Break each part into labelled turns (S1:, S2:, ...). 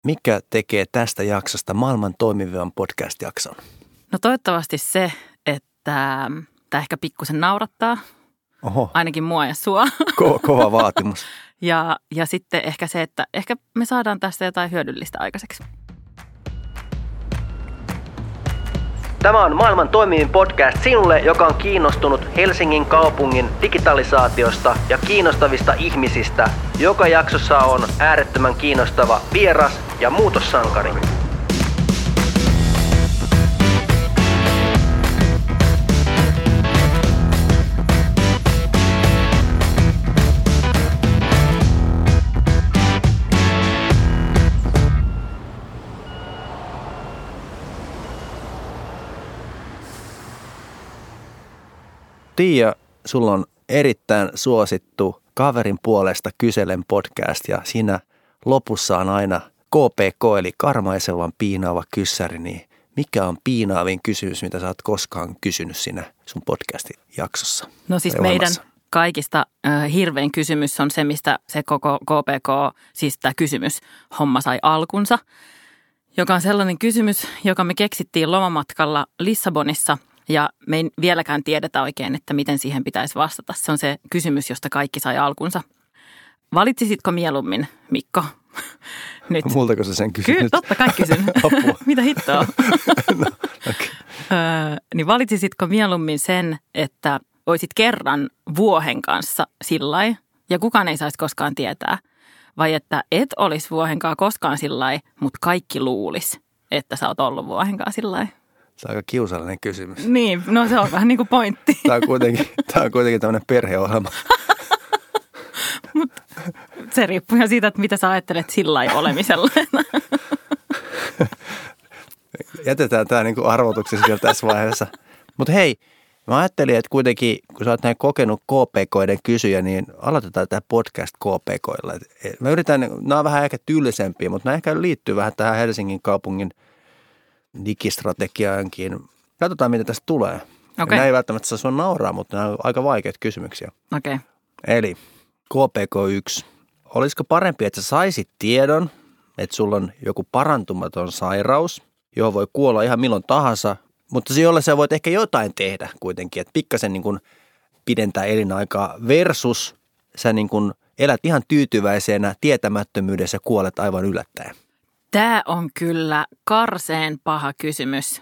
S1: mikä tekee tästä jaksosta maailman toimivimman podcast-jakson?
S2: No toivottavasti se, että tämä ehkä pikkusen naurattaa.
S1: Oho.
S2: Ainakin mua ja sua.
S1: Kova vaatimus.
S2: Ja sitten ehkä se, että ehkä me saadaan tästä jotain hyödyllistä aikaiseksi.
S1: Tämä on maailman toimivin podcast sinulle, joka on kiinnostunut Helsingin kaupungin digitalisaatiosta ja kiinnostavista ihmisistä. Joka jaksossa on äärettömän kiinnostava vieras ja muutossankari. Tiia, sulla on erittäin suosittu Kaverin puolesta kyselen podcast ja siinä lopussa on aina KPK eli karmaisevan piinaava kyssäri. Niin mikä on piinaavin kysymys, mitä sä oot koskaan kysynyt siinä sun podcastin jaksossa?
S2: No siis meidän kaikista hirvein kysymys on se, mistä se koko KPK, siis tämä kysymys, homma sai alkunsa, joka on sellainen kysymys, joka me keksittiin lomamatkalla Lissabonissa. Ja me ei vieläkään tiedetä oikein, että miten siihen pitäisi vastata. Se on se kysymys, josta kaikki sai alkunsa. Valitsisitko mieluummin, Mikko? Nyt.
S1: Multako sä sen kysynyt?
S2: Kyllä, totta kai kysyn. Mitä hittoa?
S1: No, okay.
S2: Niin valitsisitko mieluummin sen, että olisit kerran vuohen kanssa sillai ja kukaan ei saisi koskaan tietää? Vai että et olisi vuohenkaan koskaan sillai, mutta kaikki luulisi, että sä oot ollut vuohenkaan sillai?
S1: Se on aika kiusallinen kysymys.
S2: Niin, no se on vähän niin kuin pointti.
S1: Tämä on kuitenkin tämmöinen perheohjelma.
S2: Mutta se riippuu ihan siitä, että mitä sä ajattelet sillai olemisella.
S1: Jätetään tämä niin arvotuksessa vielä tässä vaiheessa. Mutta hei, mä ajattelin, että kuitenkin, kun sä oot näin kokenut KPK:iden kysyjä, niin aloitetaan tämä podcast KPK:illa. Mä yritän, nämä on vähän ehkä tyllisempiä, mutta nämä ehkä liittyy vähän tähän Helsingin kaupungin digistrategiaankin. Katsotaan, mitä tästä tulee.
S2: Okay.
S1: Nämä ei välttämättä saa sua nauraa, mutta nämä on aika vaikeita kysymyksiä.
S2: Okay.
S1: Eli KPK1. Olisiko parempi, että sä saisit tiedon, että sulla on joku parantumaton sairaus, johon voi kuolla ihan milloin tahansa, mutta jolle sä voit ehkä jotain tehdä kuitenkin, että pikkasen niin kuin pidentää elinaikaa versus sä niin kuin elät ihan tyytyväisenä tietämättömyydessä ja kuolet aivan yllättäen.
S2: Tämä on kyllä karseen paha kysymys.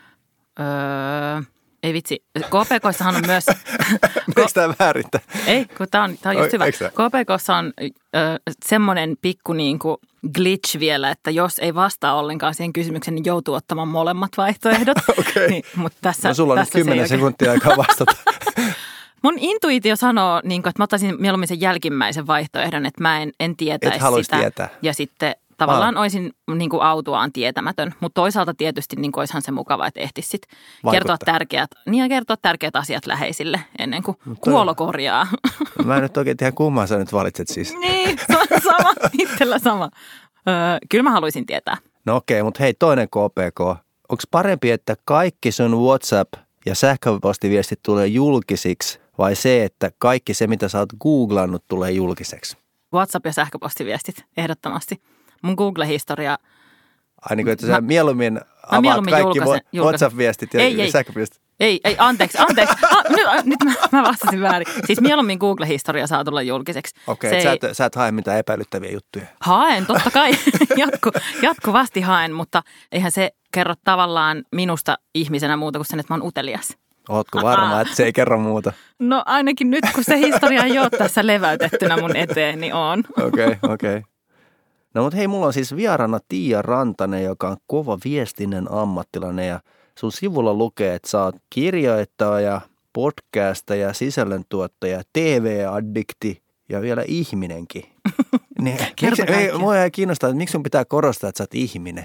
S2: Ei vitsi. KPK:ssahan on myös...
S1: Eikö tämä väärintä?
S2: Ei, kun tämä on just hyvä. KPK:ssa on semmoinen pikku niin kuin glitch vielä, että jos ei vastaa ollenkaan siihen kysymykseen, niin joutuu ottamaan molemmat vaihtoehdot.
S1: Okei.
S2: Niin, mutta tässä,
S1: no sulla on nyt 10 sekuntia aikaa vastata.
S2: Mun intuitio sanoo, niin kuin, että mä ottaisin mieluummin sen jälkimmäisen vaihtoehdon, että mä en tietäisi sitä.
S1: Tietää.
S2: Ja sitten tavallaan olisin niin kuin autuaan tietämätön, mutta toisaalta tietysti niin kuin olisihan se mukava, että ehtisit kertoa tärkeät asiat läheisille ennen kuin kuolo korjaa.
S1: Mä en nyt oikein tiedä, kumman sä nyt valitset siis.
S2: Niin, sama, itsellä sama. Kyllä mä haluaisin tietää.
S1: No okei, mutta hei, toinen KPK. Onko parempi, että kaikki sun WhatsApp ja sähköpostiviestit tulee julkisiksi vai se, että kaikki se, mitä sä oot googlannut, tulee julkiseksi?
S2: WhatsApp ja sähköpostiviestit, ehdottomasti. Mun Google-historia...
S1: Ai niin kuin, että sä mieluummin avaat kaikki WhatsApp-viestit ja sähköpostit.
S2: Ei, anteeksi. Nyt mä vastasin väärin. Siis mieluummin Google-historia saa tulla julkiseksi.
S1: Okei, sä et hae mitään epäilyttäviä juttuja.
S2: Haen, totta kai. Jatkuvasti haen, mutta eihän se kerro tavallaan minusta ihmisenä muuta kuin sen, että mä oon utelias.
S1: Ootko varma, että se ei kerro muuta?
S2: No ainakin nyt, kun se historia ei ole tässä leväytettynä mun eteen, niin on.
S1: Okei. No mutta hei, mulla on siis vieraana Tiia Rantanen, joka on kova viestinnän ammattilainen ja sun sivulla lukee, että sä oot kirjoittaja, podcastaja, sisällöntuottaja, TV-addikti ja vielä ihminenkin. Niin, mua ei kiinnostaa, että miksi sun pitää korostaa, että sä oot ihminen?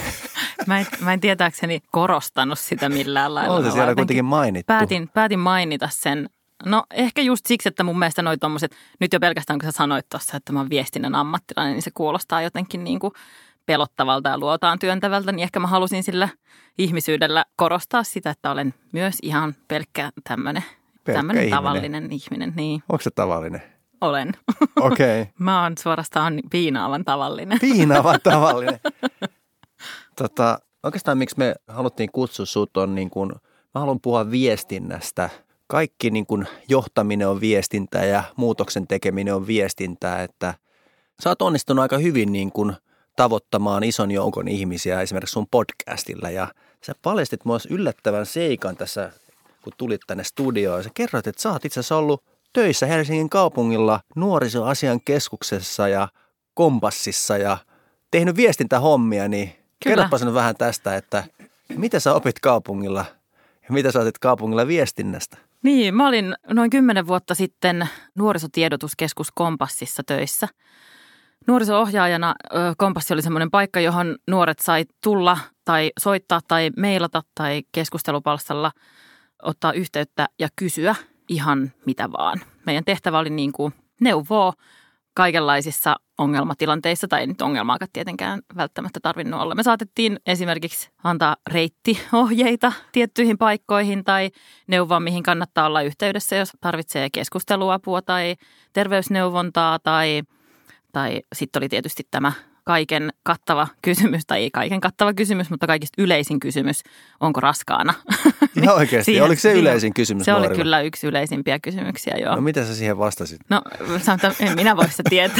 S2: Mä en tietääkseni korostanut sitä millään lailla.
S1: On se siellä kuitenkin mainittu.
S2: Päätin mainita sen. No ehkä just siksi, että mun mielestä noi tommoset, nyt jo pelkästään kun sä sanoit tuossa, että mä oon viestinnän ammattilainen, niin se kuulostaa jotenkin niin kuin pelottavalta ja luotaan työntävältä, niin ehkä mä halusin sillä ihmisyydellä korostaa sitä, että olen myös ihan pelkkä tämmöinen tavallinen ihminen. Niin.
S1: Onko se tavallinen?
S2: olen.
S1: Okei. Okay.
S2: Mä oon suorastaan piinaavan tavallinen.
S1: Piinaavan tavallinen. Oikeastaan miksi me haluttiin kutsua sut on niin kuin, mä haluan puhua viestinnästä. Kaikki niin kuin johtaminen on viestintää ja muutoksen tekeminen on viestintää, että sä oot onnistunut aika hyvin niin kuin tavoittamaan ison joukon ihmisiä esimerkiksi sun podcastilla ja sä paljastit myös yllättävän seikan tässä, kun tulit tänne studioon. Sä kerroit, että sä oot itse asiassa ollut töissä Helsingin kaupungilla nuorisoasian keskuksessa ja Kompassissa ja tehnyt viestintähommia, niin kerropa nyt vähän tästä, että mitä sä opit kaupungilla ja mitä sä otit kaupungilla viestinnästä?
S2: Niin, mä olin noin 10 vuotta sitten nuorisotiedotuskeskus Kompassissa töissä. Nuoriso-ohjaajana Kompassi oli semmoinen paikka, johon nuoret sai tulla tai soittaa tai mailata tai keskustelupalstalla ottaa yhteyttä ja kysyä ihan mitä vaan. Meidän tehtävä oli niin kuin neuvoa kaikenlaisissa ongelmatilanteissa, tai ei nyt ongelmaakaan tietenkään välttämättä tarvinnut olla. Me saatettiin esimerkiksi antaa reittiohjeita tiettyihin paikkoihin tai neuvoa, mihin kannattaa olla yhteydessä, jos tarvitsee keskusteluapua tai terveysneuvontaa tai sitten oli tietysti tämä kaiken kattava kysymys, tai ei kaiken kattava kysymys, mutta kaikista yleisin kysymys, onko raskaana?
S1: No oikeasti, oliko se yleisin kysymys
S2: Se
S1: nuorilla?
S2: oli kyllä yksi yleisimpiä kysymyksiä, joo.
S1: No mitä sä siihen vastasit?
S2: No sanotaan, en minä voi sitä tietää,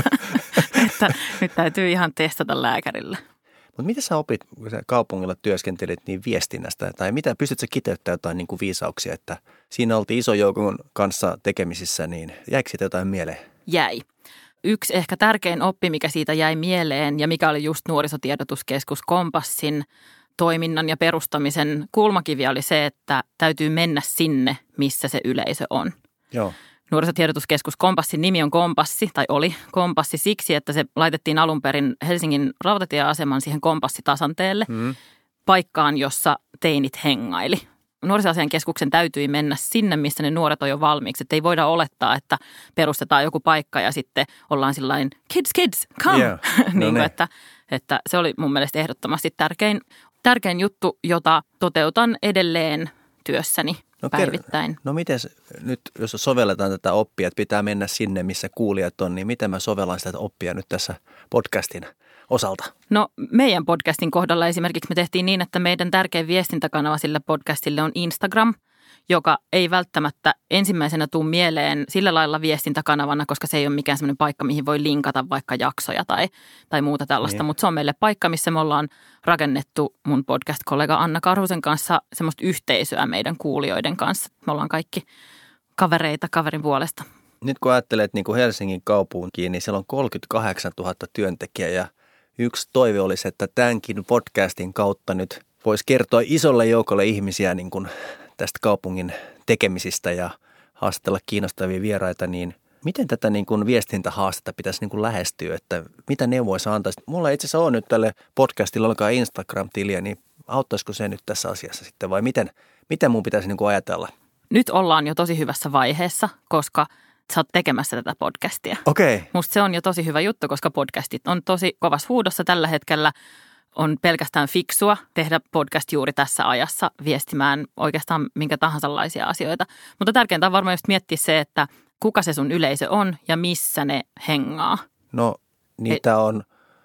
S2: että nyt täytyy ihan testata lääkärillä.
S1: Mutta mitä sä opit, kun sä kaupungilla työskentelit niin viestinnästä, tai mitä, pystytkö sä kiteyttämään jotain niin kuin viisauksia, että siinä oltiin ison joukon kanssa tekemisissä, niin jäikö siitä jotain mieleen?
S2: Jäi. Yksi ehkä tärkein oppi, mikä siitä jäi mieleen ja mikä oli just nuorisotiedotuskeskus Kompassin toiminnan ja perustamisen kulmakivi oli se, että täytyy mennä sinne, missä se yleisö on.
S1: Joo.
S2: Nuorisotiedotuskeskus Kompassin nimi on Kompassi, tai oli Kompassi siksi, että se laitettiin alun perin Helsingin rautatieaseman siihen Kompassitasanteelle, paikkaan, jossa teinit hengaili. Nuorisoasian keskuksen täytyi mennä sinne, missä ne nuoret on jo valmiiksi. Että ei voida olettaa, että perustetaan joku paikka ja sitten ollaan sillain kids, come. Yeah. Niin kuin, että se oli mun mielestä ehdottomasti tärkein juttu, jota toteutan edelleen työssäni päivittäin.
S1: No miten nyt, jos sovelletaan tätä oppia, että pitää mennä sinne, missä kuulijat on, niin miten mä sovellan sitä oppia nyt tässä podcastin osalta?
S2: No meidän podcastin kohdalla esimerkiksi me tehtiin niin, että meidän tärkein viestintäkanava sille podcastille on Instagram, joka ei välttämättä ensimmäisenä tule mieleen sillä lailla viestintäkanavana, koska se ei ole mikään sellainen paikka, mihin voi linkata vaikka jaksoja tai muuta tällaista. Niin. Mutta se on meille paikka, missä me ollaan rakennettu mun podcast-kollega Anna Karhusen kanssa semmoista yhteisöä meidän kuulijoiden kanssa. Me ollaan kaikki kavereita kaverin puolesta.
S1: Nyt kun ajattelet niin kuin Helsingin kaupunkiin, niin siellä on 38 000 työntekijää ja yksi toive olisi, että tämänkin podcastin kautta nyt voisi kertoa isolle joukolle ihmisiä niin kuin tästä kaupungin tekemisistä ja haastatella kiinnostavia vieraita, niin miten tätä niin kuin viestintähaastetta pitäisi niin kuin lähestyä, että mitä neuvoja saa antaa? Mulla itse asiassa on nyt tälle podcastilla olkaa Instagram-tiliä, niin auttaisiko se nyt tässä asiassa sitten vai miten mun pitäisi niin kuin ajatella?
S2: Nyt ollaan jo tosi hyvässä vaiheessa, koska sä oot tekemässä tätä podcastia.
S1: Okei.
S2: Musta se on jo tosi hyvä juttu, koska podcastit on tosi kovassa huudossa tällä hetkellä. On pelkästään fiksua tehdä podcast juuri tässä ajassa viestimään oikeastaan minkä tahansa asioita. Mutta tärkeintä on varmaan just miettiä se, että kuka se sun yleisö on ja missä ne hengaa. No
S1: niitä on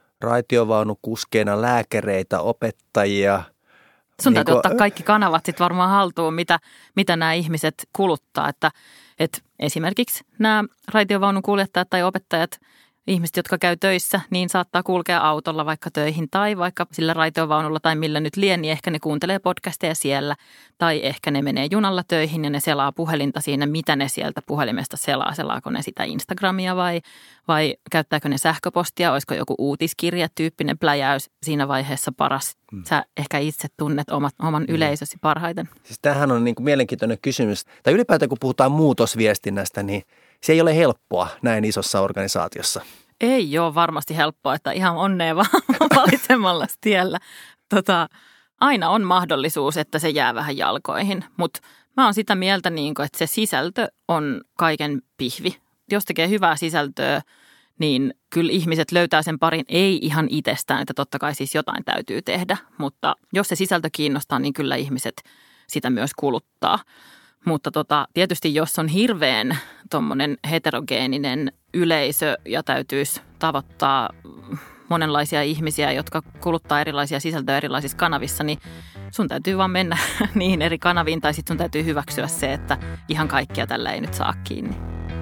S1: raitiovaunukuskeina, lääkäreitä, opettajia.
S2: Sun täytyy ottaa kaikki kanavat sitten varmaan haltuun, mitä nämä ihmiset kuluttaa. Että esimerkiksi nämä raitiovaunun kuljettajat tai opettajat, ihmiset, jotka käy töissä, niin saattaa kulkea autolla vaikka töihin tai vaikka sillä raitiovaunulla tai millä nyt lien, niin ehkä ne kuuntelee podcasteja siellä. Tai ehkä ne menee junalla töihin ja ne selaa puhelinta siinä, mitä ne sieltä puhelimesta selaa. Selaako ne sitä Instagramia vai käyttääkö ne sähköpostia? Olisiko joku uutiskirjatyyppinen pläjäys siinä vaiheessa paras? Sä ehkä itse tunnet oman yleisösi parhaiten.
S1: Siis tämähän on niin kuin mielenkiintoinen kysymys. Tai ylipäätään kun puhutaan muutosviestinnästä, niin se ei ole helppoa näin isossa organisaatiossa.
S2: Ei ole varmasti helppoa, että ihan onnea vaan valitsemalla tiellä. Aina on mahdollisuus, että se jää vähän jalkoihin, mutta mä oon sitä mieltä, että se sisältö on kaiken pihvi. Jos tekee hyvää sisältöä, niin kyllä ihmiset löytää sen parin, ei ihan itsestään, että totta kai siis jotain täytyy tehdä, mutta jos se sisältö kiinnostaa, niin kyllä ihmiset sitä myös kuluttaa. Mutta tietysti jos on hirveän tommonen heterogeeninen yleisö ja täytyisi tavoittaa monenlaisia ihmisiä, jotka kuluttaa erilaisia sisältöjä erilaisissa kanavissa, niin sun täytyy vaan mennä niihin eri kanaviin tai sitten sun täytyy hyväksyä se, että ihan kaikkia tällä ei nyt saa kiinni.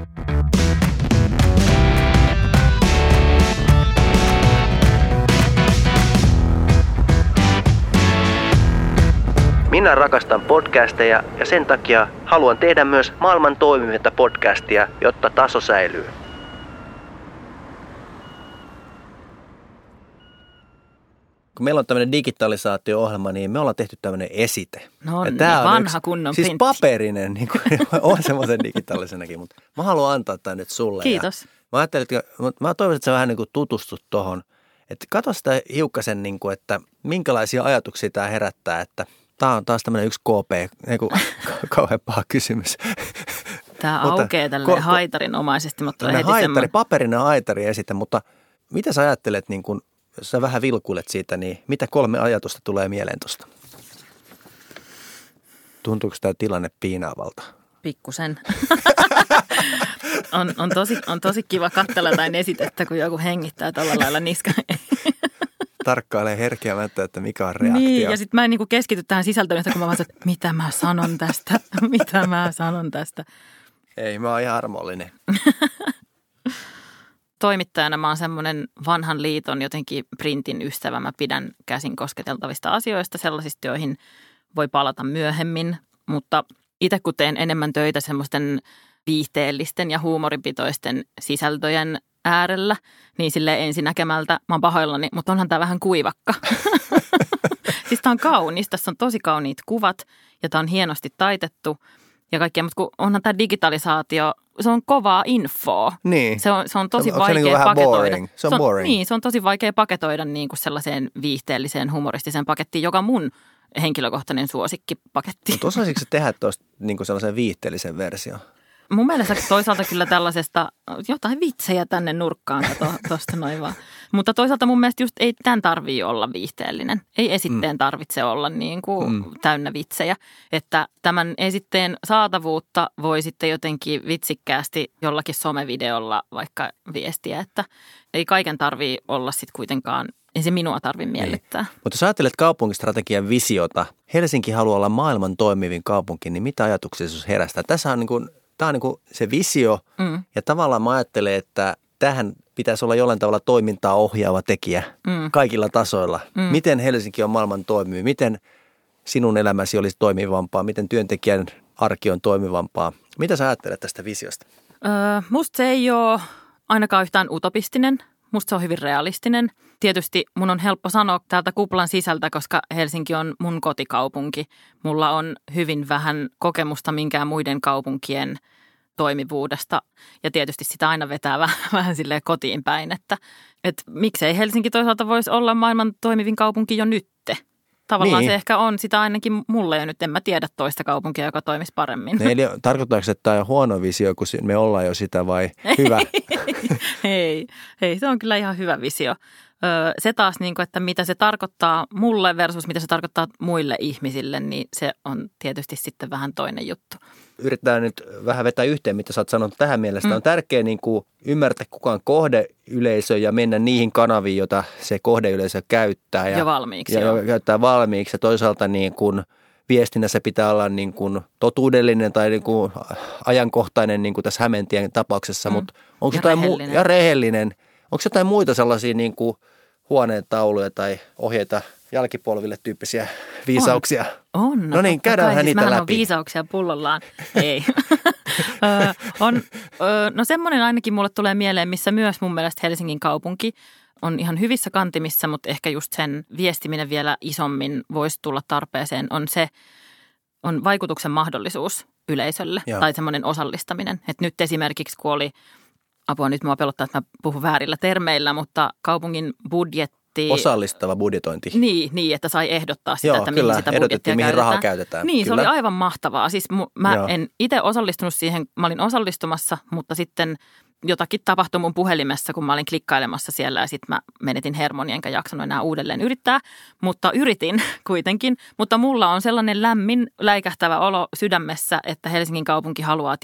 S1: Minä rakastan podcasteja ja sen takia haluan tehdä myös maailman toimivinta podcastia, jotta taso säilyy. Kun meillä on tämmöinen digitalisaatio-ohjelma, niin me ollaan tehty tämmöinen esite.
S2: No niin, vanha kunnon
S1: siis
S2: printti.
S1: paperinen, niin kuin, on semmoisen digitaalisenakin, mutta mä haluan antaa tämän nyt sulle.
S2: Kiitos.
S1: Mä ajattelin, että mä toivon, että sä vähän niin kuin tutustut tohon. Että katso sitä hiukkasen, niin kuin, että minkälaisia ajatuksia tämä herättää, että tämä on taas tämmöinen yksi kauhean paha kysymys.
S2: Tämä aukeaa tälleen haitarinomaisesti, mutta heti
S1: paperinen haitari esite, mutta mitä sä ajattelet, niin kun, jos sä vähän vilkuilet siitä, niin mitä 3 ajatusta tulee mieleen tuosta? Tuntuuko tämä tilanne piinaavalta?
S2: Pikkusen. on tosi kiva katsella jotain esitettä, kun joku hengittää tällä lailla niskaan.
S1: Tarkkailee herkeämättä, että mikä on reaktio.
S2: Niin, ja sitten mä en niin kuin keskity tähän sisältöön, kun mä vaan sanon, että mitä mä sanon tästä.
S1: Ei, mä oon ihan armollinen.
S2: Toimittajana mä oon semmoinen vanhan liiton jotenkin printin ystävä. Mä pidän käsin kosketeltavista asioista, sellaisista, joihin voi palata myöhemmin. Mutta itse kun teen enemmän töitä semmoisten viihteellisten ja huumoripitoisten sisältöjen äärellä, niin silleen ensinäkemältä mä oon pahoillani, mutta onhan tää vähän kuivakka. Siis tää on kaunis, tässä on tosi kauniit kuvat ja tää on hienosti taitettu ja kaikkea, mutta kun onhan tää digitalisaatio, se on kovaa infoa.
S1: Niin.
S2: Se on tosi vaikea
S1: niin
S2: paketoida.
S1: Boring? Se on boring.
S2: Niin, se on tosi vaikea paketoida niin kuin sellaiseen viihteelliseen humoristiseen pakettiin, joka mun henkilökohtainen suosikkipaketti.
S1: Mutta osaisitko sä tehdä tuosta niin sellaisen viihteellisen version?
S2: Mun mielestä toisaalta kyllä tällaisesta, jotain vitsejä tänne nurkkaan, kato tuosta noin vaan. Mutta toisaalta mun mielestä just ei tämän tarvitse olla viihteellinen. Ei esitteen tarvitse olla niin kuin täynnä vitsejä. Että tämän esitteen saatavuutta voi sitten jotenkin vitsikkäästi jollakin somevideolla vaikka viestiä, että ei kaiken tarvitse olla sitten kuitenkaan, ei se minua tarvitse miellyttää. Niin.
S1: Mutta jos ajattelet kaupunkistrategian visiota, Helsinki haluaa olla maailman toimivin kaupunki, niin mitä ajatuksia se herästää? Tässä on niin kuin tämä on niin kuin se visio ja tavallaan mä ajattelen, että tähän pitäisi olla jollain tavalla toimintaa ohjaava tekijä kaikilla tasoilla. Miten Helsinki on maailman toimivi, miten sinun elämäsi olisi toimivampaa, miten työntekijän arki on toimivampaa. Mitä sä ajattelet tästä visiosta?
S2: Musta se ei ole ainakaan yhtään utopistinen. Musta se on hyvin realistinen. Tietysti mun on helppo sanoa täältä kuplan sisältä, koska Helsinki on mun kotikaupunki. Mulla on hyvin vähän kokemusta minkään muiden kaupunkien toimivuudesta. Ja tietysti sitä aina vetää vähän silleen kotiin päin, että miksei Helsinki toisaalta voisi olla maailman toimivin kaupunki jo nytte. Tavallaan niin. Se ehkä on sitä ainakin mulle jo nyt. En mä tiedä toista kaupunkia, joka toimisi paremmin.
S1: Eli tarkoittaako, että tämä on huono visio, kun me ollaan jo sitä vai hyvä?
S2: Hei, se on kyllä ihan hyvä visio. Se taas, niin kuin, että mitä se tarkoittaa mulle versus mitä se tarkoittaa muille ihmisille, niin se on tietysti sitten vähän toinen juttu.
S1: Yritetään nyt vähän vetää yhteen, mitä sä oot sanonut tähän mielestä. On tärkeää niin kuin ymmärtää, kuka on kohdeyleisö ja mennä niihin kanaviin, joita se kohdeyleisö käyttää.
S2: Ja valmiiksi.
S1: Ja käyttää valmiiksi. Ja toisaalta niin kuin viestinnässä pitää olla niin kuin totuudellinen tai niin kuin ajankohtainen niin kuin tässä Hämeentien tapauksessa. Mutta onko ja rehellinen. Onko jotain muita sellaisia niin kuin huoneentauluja tai ohjeita jälkipolville tyyppisiä viisauksia?
S2: On.
S1: No niin, käydään niitä läpi.
S2: On viisauksia pullollaan. Ei. No semmoinen ainakin mulle tulee mieleen, missä myös mun mielestä Helsingin kaupunki on ihan hyvissä kantimissa, mutta ehkä just sen viestiminen vielä isommin voisi tulla tarpeeseen, on vaikutuksen mahdollisuus yleisölle. Joo. Tai semmoinen osallistaminen. Että nyt esimerkiksi kun oli apua, nyt mua pelottaa, että mä puhun väärillä termeillä, mutta kaupungin budjetti.
S1: Osallistava budjetointi.
S2: Niin, että sai ehdottaa sitä, että mihin sitä budjettia
S1: mihin rahaa käytetään.
S2: Niin, kyllä. Se oli aivan mahtavaa. Siis mä en itse osallistunut siihen, mä olin osallistumassa, mutta sitten jotakin tapahtui mun puhelimessa, kun mä olin klikkailemassa siellä ja sitten mä menetin hermoni enkä jaksanut enää uudelleen yrittää, mutta yritin kuitenkin. Mutta mulla on sellainen lämmin läikähtävä olo sydämessä, että Helsingin kaupunki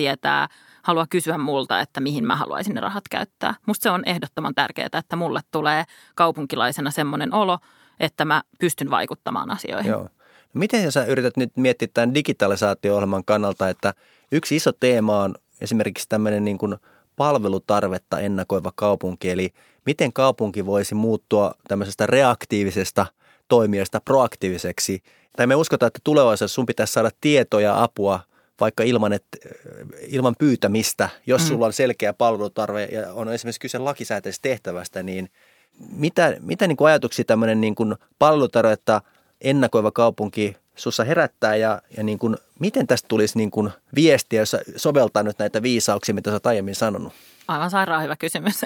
S2: haluaa kysyä multa, että mihin mä haluaisin ne rahat käyttää. Musta se on ehdottoman tärkeää, että mulle tulee kaupunkilaisena semmoinen olo, että mä pystyn vaikuttamaan asioihin.
S1: Joo. Miten sä yrität nyt miettiä tämän digitalisaatio-ohjelman kannalta, että yksi iso teema on esimerkiksi tämmöinen niin kuin palvelutarvetta ennakoiva kaupunki, eli miten kaupunki voisi muuttua tämmöisestä reaktiivisesta toimijasta proaktiiviseksi. Tai me uskotaan, että tulevaisuudessa sun pitäisi saada tietoa ja apua vaikka ilman pyytämistä, jos sulla on selkeä palvelutarve ja on esimerkiksi kyse lakisääteisestä tehtävästä, niin mitä niin kuin ajatuksia tämmöinen niin kuin palvelutarvetta ennakoiva kaupunki sussa herättää ja niin kuin, miten tästä tulisi niin kuin viestiä, jos soveltaa nyt näitä viisauksia, mitä sä oot aiemmin sanonut?
S2: Aivan sairaan hyvä kysymys.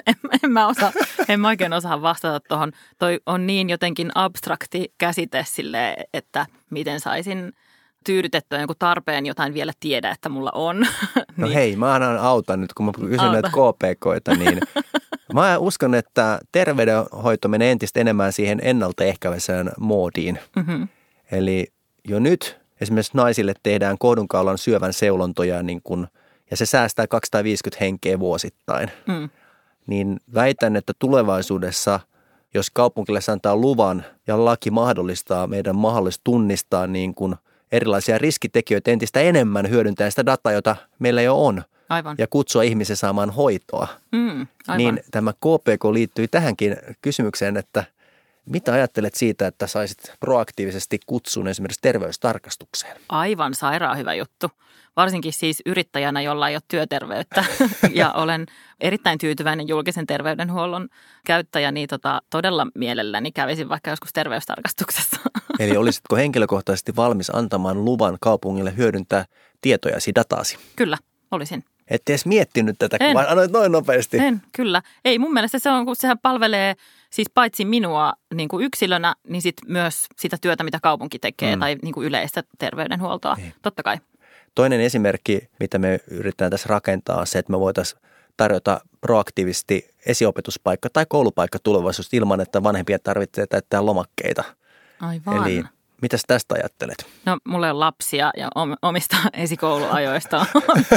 S2: En mä oikein osaa vastata tuohon. Toi on niin jotenkin abstrakti käsite sille, että miten saisin tyydytettyä jonkun tarpeen, jotain vielä tiedä, että mulla on.
S1: No hei, mä annan autan nyt, kun mä kysyn näitä KPK:ita, niin mä uskon, että terveydenhoito menee entistä enemmän siihen ennaltaehkäiseen moodiin. Mm-hmm. Eli jo nyt esimerkiksi naisille tehdään kohdunkaulan syövän seulontoja ja se säästää 250 henkeä vuosittain. Mm. Niin väitän, että tulevaisuudessa, jos kaupunkille antaa luvan ja laki mahdollistaa meidän mahdollista tunnistaa niin kuin erilaisia riskitekijöitä entistä enemmän hyödyntää sitä dataa, jota meillä jo on.
S2: Aivan.
S1: Ja kutsua ihmisen saamaan hoitoa. Niin tämä KPK liittyy tähänkin kysymykseen, että mitä ajattelet siitä, että saisit proaktiivisesti kutsun esimerkiksi terveystarkastukseen?
S2: Aivan sairaan hyvä juttu. Varsinkin siis yrittäjänä, jolla ei ole työterveyttä ja olen erittäin tyytyväinen julkisen terveydenhuollon käyttäjä, niin todella mielelläni kävisin vaikka joskus terveystarkastuksessa.
S1: Eli olisitko henkilökohtaisesti valmis antamaan luvan kaupungille hyödyntää tietojasi, dataasi?
S2: Kyllä, olisin.
S1: Et edes miettinyt tätä, kun vaan annoit noin nopeasti.
S2: Kyllä. Ei, mun mielestä se on, kun sehän palvelee siis paitsi minua niin kuin yksilönä, niin sit myös sitä työtä, mitä kaupunki tekee tai niin kuin yleistä terveydenhuoltoa. Niin. Totta kai.
S1: Toinen esimerkki, mitä me yritetään tässä rakentaa, on se, että me voitaisiin tarjota proaktiivisesti esiopetuspaikka tai koulupaikka tulevaisuudessa ilman, että vanhempia tarvitsee täyttää lomakkeita.
S2: Aivan.
S1: Eli mitäs tästä ajattelet?
S2: No, mulla on lapsia ja omista esikouluajoista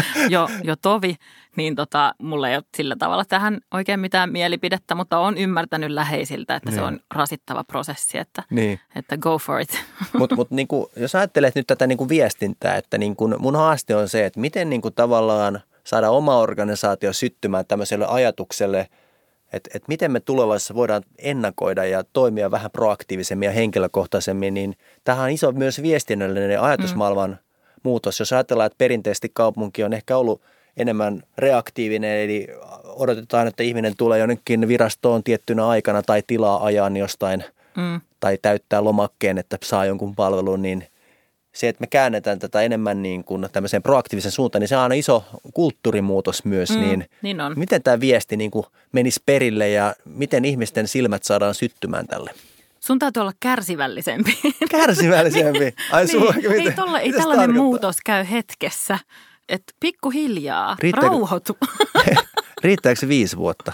S2: jo tovi, niin mulla ei ole sillä tavalla tähän oikein mitään mielipidettä, mutta olen ymmärtänyt läheisiltä, että se on rasittava prosessi, että go for it.
S1: Mutta niin jos ajattelet nyt tätä niin kuin viestintää, että niin kuin mun haaste on se, että miten niin kuin tavallaan saada oma organisaatio syttymään tämmöiselle ajatukselle, että miten me tulevaisuudessa voidaan ennakoida ja toimia vähän proaktiivisemmin ja henkilökohtaisemmin, niin tähän on iso myös viestinnällinen ajatusmaailman muutos. Jos ajatellaan, että perinteisesti kaupunki on ehkä ollut enemmän reaktiivinen, eli odotetaan, että ihminen tulee jonnekin virastoon tiettynä aikana tai tilaa ajan jostain tai täyttää lomakkeen, että saa jonkun palvelun, niin se, että me käännetään tätä enemmän niin kuin tämmöiseen proaktiivisen suuntaan, niin se on aina iso kulttuurimuutos myös.
S2: Niin on.
S1: Miten tämä viesti niin kuin menisi perille ja miten ihmisten silmät saadaan syttymään tälle?
S2: Sun täytyy olla kärsivällisempi.
S1: Kärsivällisempi? Ai
S2: niin. Ei tällainen muutos käy hetkessä. Että pikkuhiljaa, rauhoitu.
S1: Riittääkö se 5 vuotta?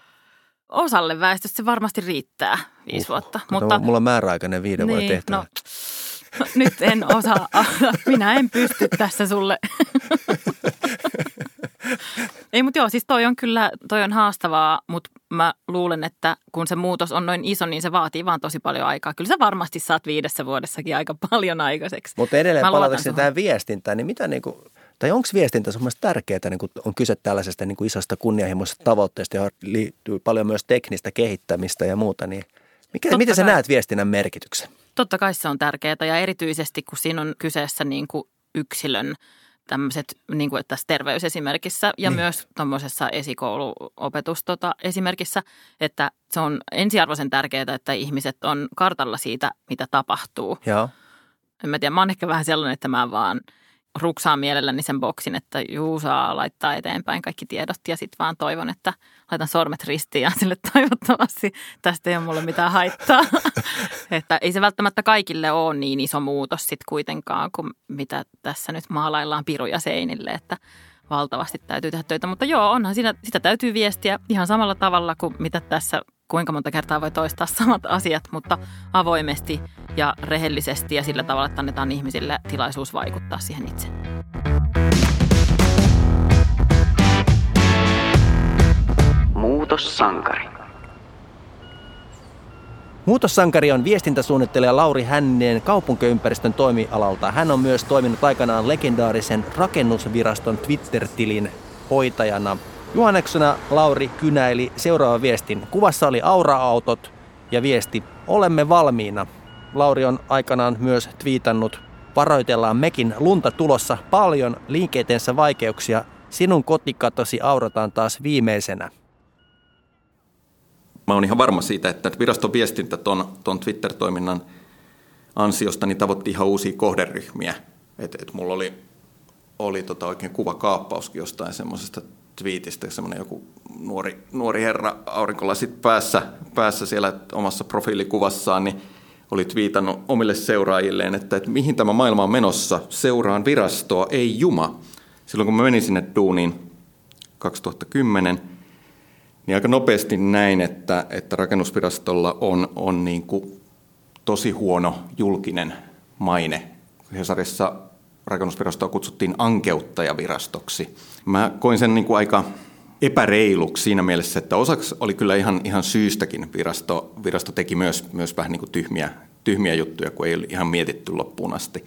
S2: Osalle väestöstä se varmasti riittää 5 vuotta.
S1: Mutta mulla on määräaikainen 5 vuoden tehtävä.
S2: No, nyt en osaa. Minä en pysty tässä sulle. Ei, mutta joo, siis toi on haastavaa, mutta mä luulen, että kun se muutos on noin iso, niin se vaatii vaan tosi paljon aikaa. Kyllä sä varmasti saat 5 vuodessakin aika paljon aikaiseksi.
S1: Mutta edelleen palatakseni tähän viestintään, niin mitä niinku, tai onko viestintä sun mielestä tärkeää, niin kun on kyse tällaisesta niin kuin isosta kunnianhimoisesta tavoitteesta, johon liittyy paljon myös teknistä kehittämistä ja muuta, niin miten sä näet viestinnän merkityksen?
S2: Totta kai se on tärkeää ja erityisesti, kun siinä on kyseessä niin kuin yksilön tämmöiset, niin kuin tässä terveysesimerkissä ja myös tuommoisessa esikouluopetus esimerkissä, että se on ensiarvoisen tärkeää, että ihmiset on kartalla siitä, mitä tapahtuu.
S1: Joo.
S2: En mä tiedä, mä oon ehkä vähän sellainen, että mä vaan ruksaan mielelläni sen boksin, että saa laittaa eteenpäin kaikki tiedot ja sitten vaan toivon, että laitan sormet ristiin ja sille toivottavasti tästä ei ole mulle mitään haittaa. Että ei se välttämättä kaikille ole niin iso muutos sitten kuitenkaan kuin mitä tässä nyt maalaillaan piruja seinille, että valtavasti täytyy tehdä töitä. Mutta joo, onhan siinä, sitä täytyy viestiä ihan samalla tavalla kuin mitä tässä, kuinka monta kertaa voi toistaa samat asiat, mutta avoimesti ja rehellisesti ja sillä tavalla, että annetaan ihmisille tilaisuus vaikuttaa siihen itse.
S3: Muutossankari.
S1: Muutossankari on viestintäsuunnittelija Lauri Hänninen kaupunkiympäristön toimialalta. Hän on myös toiminut aikanaan legendaarisen Rakennusviraston Twitter-tilin hoitajana. Juhanneksena Lauri kynäili seuraava viestin. Kuvassa oli Aura-autot ja viesti: olemme valmiina. Lauri on aikanaan myös twiitannut: varoitellaan mekin, lunta tulossa paljon, liikenteessä vaikeuksia. Sinun kotikatosi aurataan taas viimeisenä.
S4: Mä oon ihan varma siitä, että viraston viestintä ton Twitter-toiminnan ansiosta niin tavoitti ihan uusia kohderyhmiä. Et mulla oli oikein kuvakaappauskin jostain semmoisesta twiitistä, semmoinen joku nuori herra aurinkolasit päässä siellä omassa profiilikuvassaan, niin oli twiitannut omille seuraajilleen, että mihin tämä maailma on menossa, seuraan virastoa, ei juma. Silloin kun mä menin sinne duuniin 2010, niin aika nopeasti näin, että Rakennusvirastolla on niin kuin tosi huono julkinen maine. Hesarissa Rakennusvirastoa kutsuttiin ankeuttajavirastoksi. Mä koin sen niin kuin aika epäreiluksi siinä mielessä, että osaksi oli kyllä ihan syystäkin virasto teki myös vähän niin kuin tyhmiä juttuja, kun ei ole ihan mietitty loppuun asti.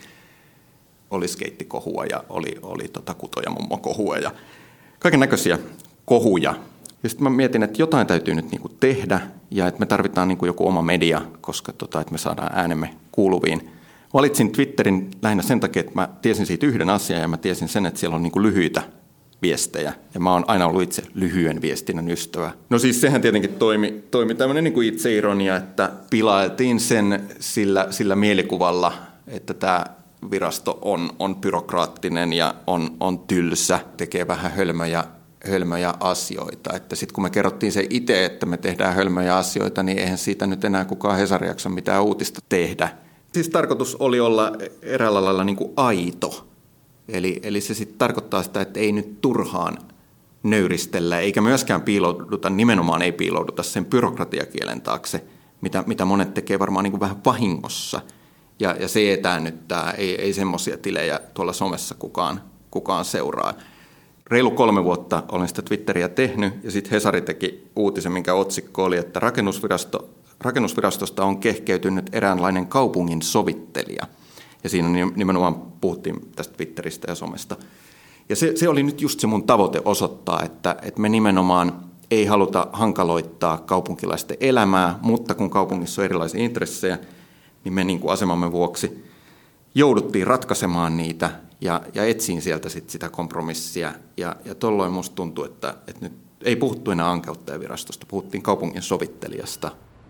S4: Oli skeittikohua ja oli kutoja mummokohua ja kaiken näköisiä kohuja. Ja sitten mä mietin, että jotain täytyy nyt niinku tehdä ja että me tarvitaan niinku joku oma media, koska että me saadaan äänemme kuuluviin. Valitsin Twitterin lähinnä sen takia, että mä tiesin siitä yhden asian ja mä tiesin sen, että siellä on niinku lyhyitä viestejä. Ja mä oon aina ollut itse lyhyen viestinnän ystävä. No siis sehän tietenkin toimi tämmöinen niinku itseironia, että pilailtiin sen sillä mielikuvalla, että tämä virasto on byrokraattinen ja on tylsä, tekee vähän hölmöjä asioita. Että sitten kun me kerrottiin se itse, että me tehdään hölmöjä asioita, niin eihän siitä nyt enää kukaan Hesari jaksa mitään uutista tehdä. Siis tarkoitus oli olla eräällä lailla niin kuin aito. Eli se sitten tarkoittaa sitä, että ei nyt turhaan nöyristellä, eikä myöskään nimenomaan ei piilouduta sen byrokratiakielen taakse, mitä monet tekee varmaan niin kuin vähän vahingossa. Ja se etäännyttää, ei semmoisia tilejä tuolla somessa kukaan seuraa. Reilu 3 vuotta olen sitä Twitteriä tehnyt ja sitten Hesari teki uutisen, minkä otsikko oli, että Rakennusvirastosta on kehkeytynyt eräänlainen kaupungin sovittelija. Ja siinä nimenomaan puhuttiin tästä Twitteristä ja somesta. Ja se oli nyt just se mun tavoite osoittaa, että me nimenomaan ei haluta hankaloittaa kaupunkilaisten elämää, mutta kun kaupungissa on erilaisia intressejä, niin me niin kuin asemamme vuoksi jouduttiin ratkaisemaan niitä ja etsiin sieltä sitä kompromissia. Ja tolloin musta tuntui, että nyt ei puhuttu enää ankeuttajavirastosta, puhuttiin kaupungin sovittelijasta.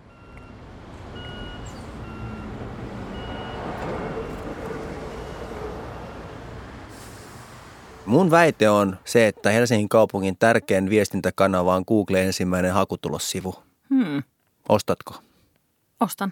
S1: Mun väite on se, että Helsingin kaupungin tärkein viestintäkanava on Google ensimmäinen hakutulossivu. Ostatko?
S2: Ostan.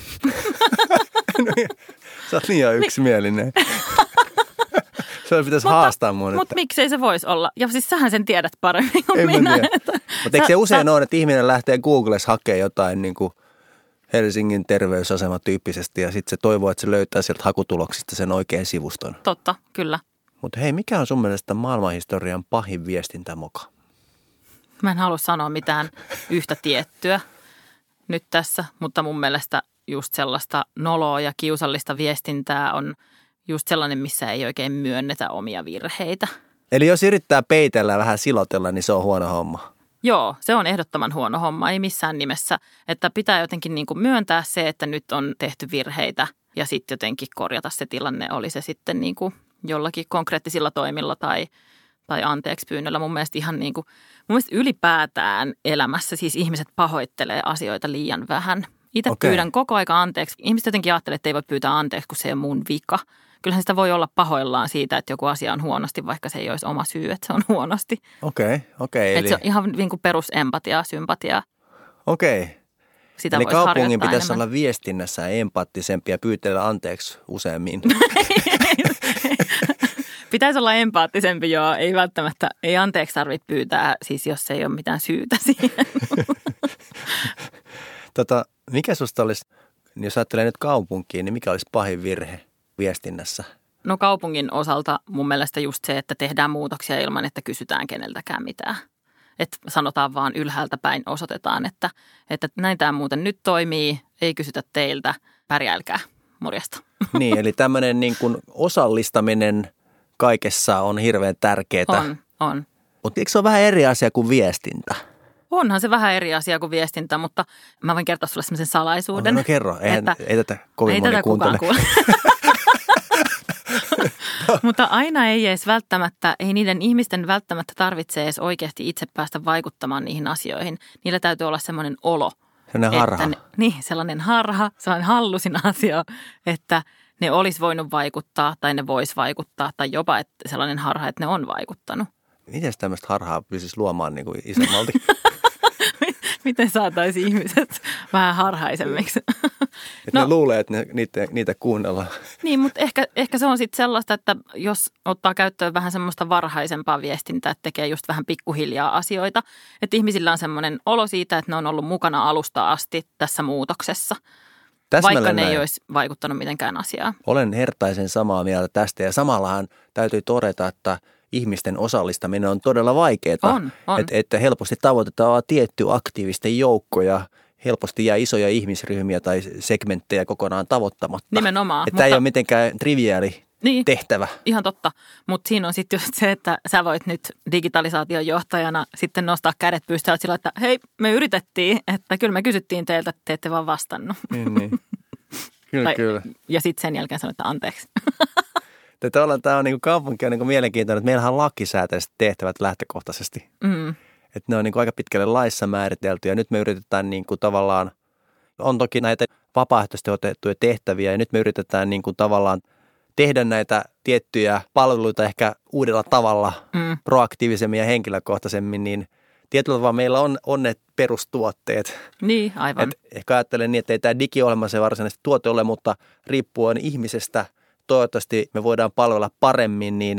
S1: Sä oot liian yksimielinen. Se pitäisi haastaa mun.
S2: Mutta miksei se voisi olla? Ja siis sähän sen tiedät paremmin kuin minä.
S1: Mutta eikö se usein ole, että ihminen lähtee Googlessa hakemaan jotain niin kuin Helsingin terveysasema tyyppisesti ja sitten se toivoo, että se löytää sieltä hakutuloksista sen oikean sivuston.
S2: Totta, kyllä.
S1: Mutta hei, mikä on sun mielestä maailmanhistorian pahin viestintämoka?
S2: Mä en halua sanoa mitään yhtä tiettyä nyt tässä, mutta mun mielestä just sellaista noloa ja kiusallista viestintää on just sellainen, missä ei oikein myönnetä omia virheitä.
S1: Eli jos yrittää peitellä ja vähän silotella, niin se on huono homma.
S2: Joo, se on ehdottoman huono homma, ei missään nimessä. Että pitää jotenkin niin kuin myöntää se, että nyt on tehty virheitä ja sitten jotenkin korjata se tilanne, oli se sitten niin kuin jollakin konkreettisilla toimilla tai anteeksi pyynnöllä. Mun mielestä ihan niin kuin, mun mielestä ylipäätään elämässä siis ihmiset pahoittelee asioita liian vähän. Itse pyydän koko aika anteeksi. Ihmiset jotenkin ajattelee, että ei voi pyytää anteeksi, kun se on mun vika. Kyllähän sitä voi olla pahoillaan siitä, että joku asia on huonosti, vaikka se ei olisi oma syy, että se on huonosti.
S1: Okei.
S2: Että se on ihan niin kuin perusempatiaa, sympatiaa.
S1: Okei.
S2: Sitä
S1: eli
S2: voisi harjoittaa
S1: kaupungin pitäisi
S2: enemmän.
S1: olla viestinnässä empaattisempi ja pyytellä anteeksi useammin.
S2: Pitäisi olla empaattisempi, joo. Ei välttämättä, ei anteeksi tarvitse pyytää, siis jos ei ole mitään syytä siihen.
S1: Mikä susta olisi, jos ajattelee nyt kaupunkiin, niin mikä olisi pahin virhe viestinnässä?
S2: No kaupungin osalta mun mielestä just se, että tehdään muutoksia ilman, että kysytään keneltäkään mitään. Että sanotaan vaan ylhäältä päin, osoitetaan, että näin tämä muuten nyt toimii, ei kysytä teiltä, pärjäilkää, morjesta.
S1: Niin, eli tämmöinen niin kuin osallistaminen kaikessa on hirveän tärkeää.
S2: On.
S1: Mutta eikö se ole vähän eri asia kuin viestintä?
S2: Onhan se vähän eri asia kuin viestintä, mutta mä voin kertoa sulle sellaisen salaisuuden.
S1: No kerro, ei tätä kovin moni kuuntele.
S2: Mutta aina ei edes välttämättä, ei niiden ihmisten välttämättä tarvitse edes oikeasti itse päästä vaikuttamaan niihin asioihin. Niillä täytyy olla semmoinen olo.
S1: Sellainen harha.
S2: Sellainen harha, sellainen hallusinaatio, että ne olisi voinut vaikuttaa tai ne vois vaikuttaa tai jopa että sellainen harha, että ne on vaikuttanut.
S1: Miten tämmöistä harhaa pystyisi luomaan niin kuin isommalti?
S2: Miten saataisiin ihmiset vähän harhaisemmiksi?
S1: Että ne luulee, että niitä kuunnellaan.
S2: Niin, mutta ehkä se on sitten sellaista, että jos ottaa käyttöön vähän semmoista varhaisempaa viestintää, että tekee just vähän pikkuhiljaa asioita. Että ihmisillä on semmoinen olo siitä, että ne on ollut mukana alusta asti tässä muutoksessa. Vaikka ne ei olisi vaikuttanut mitenkään asiaan.
S1: Olen hertaisen samaa mieltä tästä ja samallahan täytyy todeta, että ihmisten osallistaminen on todella vaikeaa.
S2: On.
S1: Että helposti tavoitetaan tietty aktiivisten joukkoja, helposti jää isoja ihmisryhmiä tai segmenttejä kokonaan tavoittamatta.
S2: Nimenomaan.
S1: Että ei ole mitenkään triviaali tehtävä.
S2: Ihan totta, mutta siinä on sitten just se, että sä voit nyt digitalisaation johtajana sitten nostaa kädet pystyyn sillä, että hei, me yritettiin, että kyllä me kysyttiin teiltä, että te ette vaan vastannut.
S1: Niin. Kyllä.
S2: Ja sitten sen jälkeen sanoit, että anteeksi.
S1: Tämä on niin kuin kaupunki on niin kuin mielenkiintoinen, että meillähän on lakisääteiset tehtävät lähtökohtaisesti. Että ne on niin kuin aika pitkälle laissa määritelty ja nyt me yritetään niin kuin tavallaan, on toki näitä vapaaehtoisesti otettuja tehtäviä ja nyt me yritetään niin kuin tavallaan tehdä näitä tiettyjä palveluita ehkä uudella tavalla, proaktiivisemmin ja henkilökohtaisemmin, niin tietyllä tavalla meillä on ne perustuotteet.
S2: Niin, aivan.
S1: Ehkä ajattelen niin, että ei tämä digiohjelma se varsinaisesti tuote ole, mutta riippuen ihmisestä, toivottavasti me voidaan palvella paremmin, niin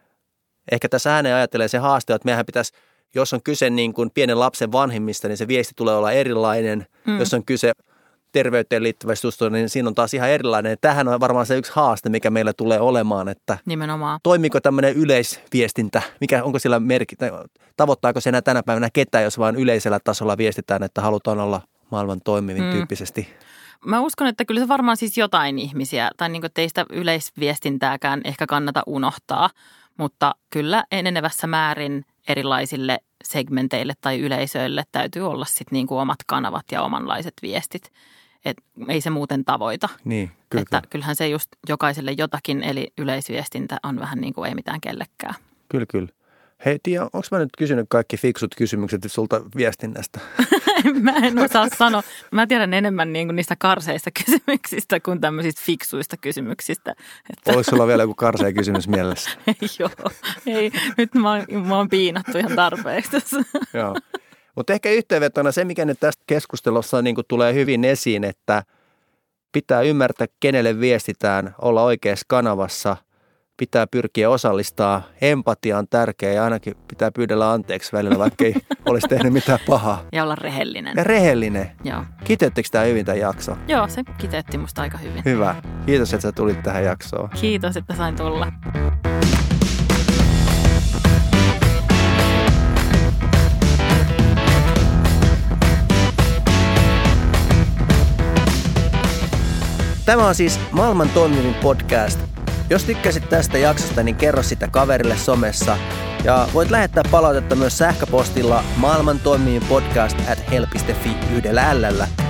S1: ehkä tässä ääneen ajattelee se haaste, että meidän pitäisi, jos on kyse niin kuin pienen lapsen vanhemmista, niin se viesti tulee olla erilainen. Jos on kyse terveyteen liittyvästä jutusta, niin siinä on taas ihan erilainen. Tämähän on varmaan se yksi haaste, mikä meillä tulee olemaan, että
S2: nimenomaan.
S1: Toimiiko tämmöinen yleisviestintä, onko sillä tavoittaako se enää tänä päivänä ketään, jos vaan yleisellä tasolla viestitään, että halutaan olla maailman toimivin tyyppisesti?
S2: Mä uskon, että kyllä se varmaan siis jotain ihmisiä, tai niin kuin, että ei sitä yleisviestintääkään ehkä kannata unohtaa, mutta kyllä enenevässä määrin erilaisille segmenteille tai yleisöille täytyy olla sitten niin kuin omat kanavat ja omanlaiset viestit. Et ei se muuten tavoita.
S1: Niin, kyllä.
S2: Että kyllähän se just jokaiselle jotakin, eli yleisviestintä on vähän niin kuin ei mitään kellekään.
S1: Kyllä. Hei Tiia, onko mä nyt kysynyt kaikki fiksut kysymykset sulta viestinnästä?
S2: Mä en osaa sanoa. Mä tiedän enemmän niin kuin niistä karseista kysymyksistä kuin tämmöisistä fiksuista kysymyksistä.
S1: Oliko sulla vielä joku karsea kysymys mielessä?
S2: Ei. Nyt mä oon piinattu ihan tarpeeksi tässä.
S1: Joo. Mutta ehkä yhteenvetona se, mikä nyt tästä keskustelussa niin kuin tulee hyvin esiin, että pitää ymmärtää, kenelle viestitään, olla oikeassa kanavassa, pitää pyrkiä osallistaa. Empatia on tärkeä ja ainakin pitää pyydellä anteeksi välillä, vaikka ei olisi tehnyt mitään pahaa.
S2: Ja olla rehellinen.
S1: Ja rehellinen.
S2: Joo.
S1: Kiteyttekö tämä hyvin tämä jakso?
S2: Joo, se kiteytti musta aika hyvin.
S1: Hyvä. Kiitos, että sä tulit tähän jaksoon.
S2: Kiitos, että sain tulla.
S1: Tämä on siis maailman toimivin podcast. Jos tykkäsit tästä jaksosta, niin kerro sitä kaverille somessa. Ja voit lähettää palautetta myös sähköpostilla maailmantoimivinpodcast@hel.fi yhdellä L:llä.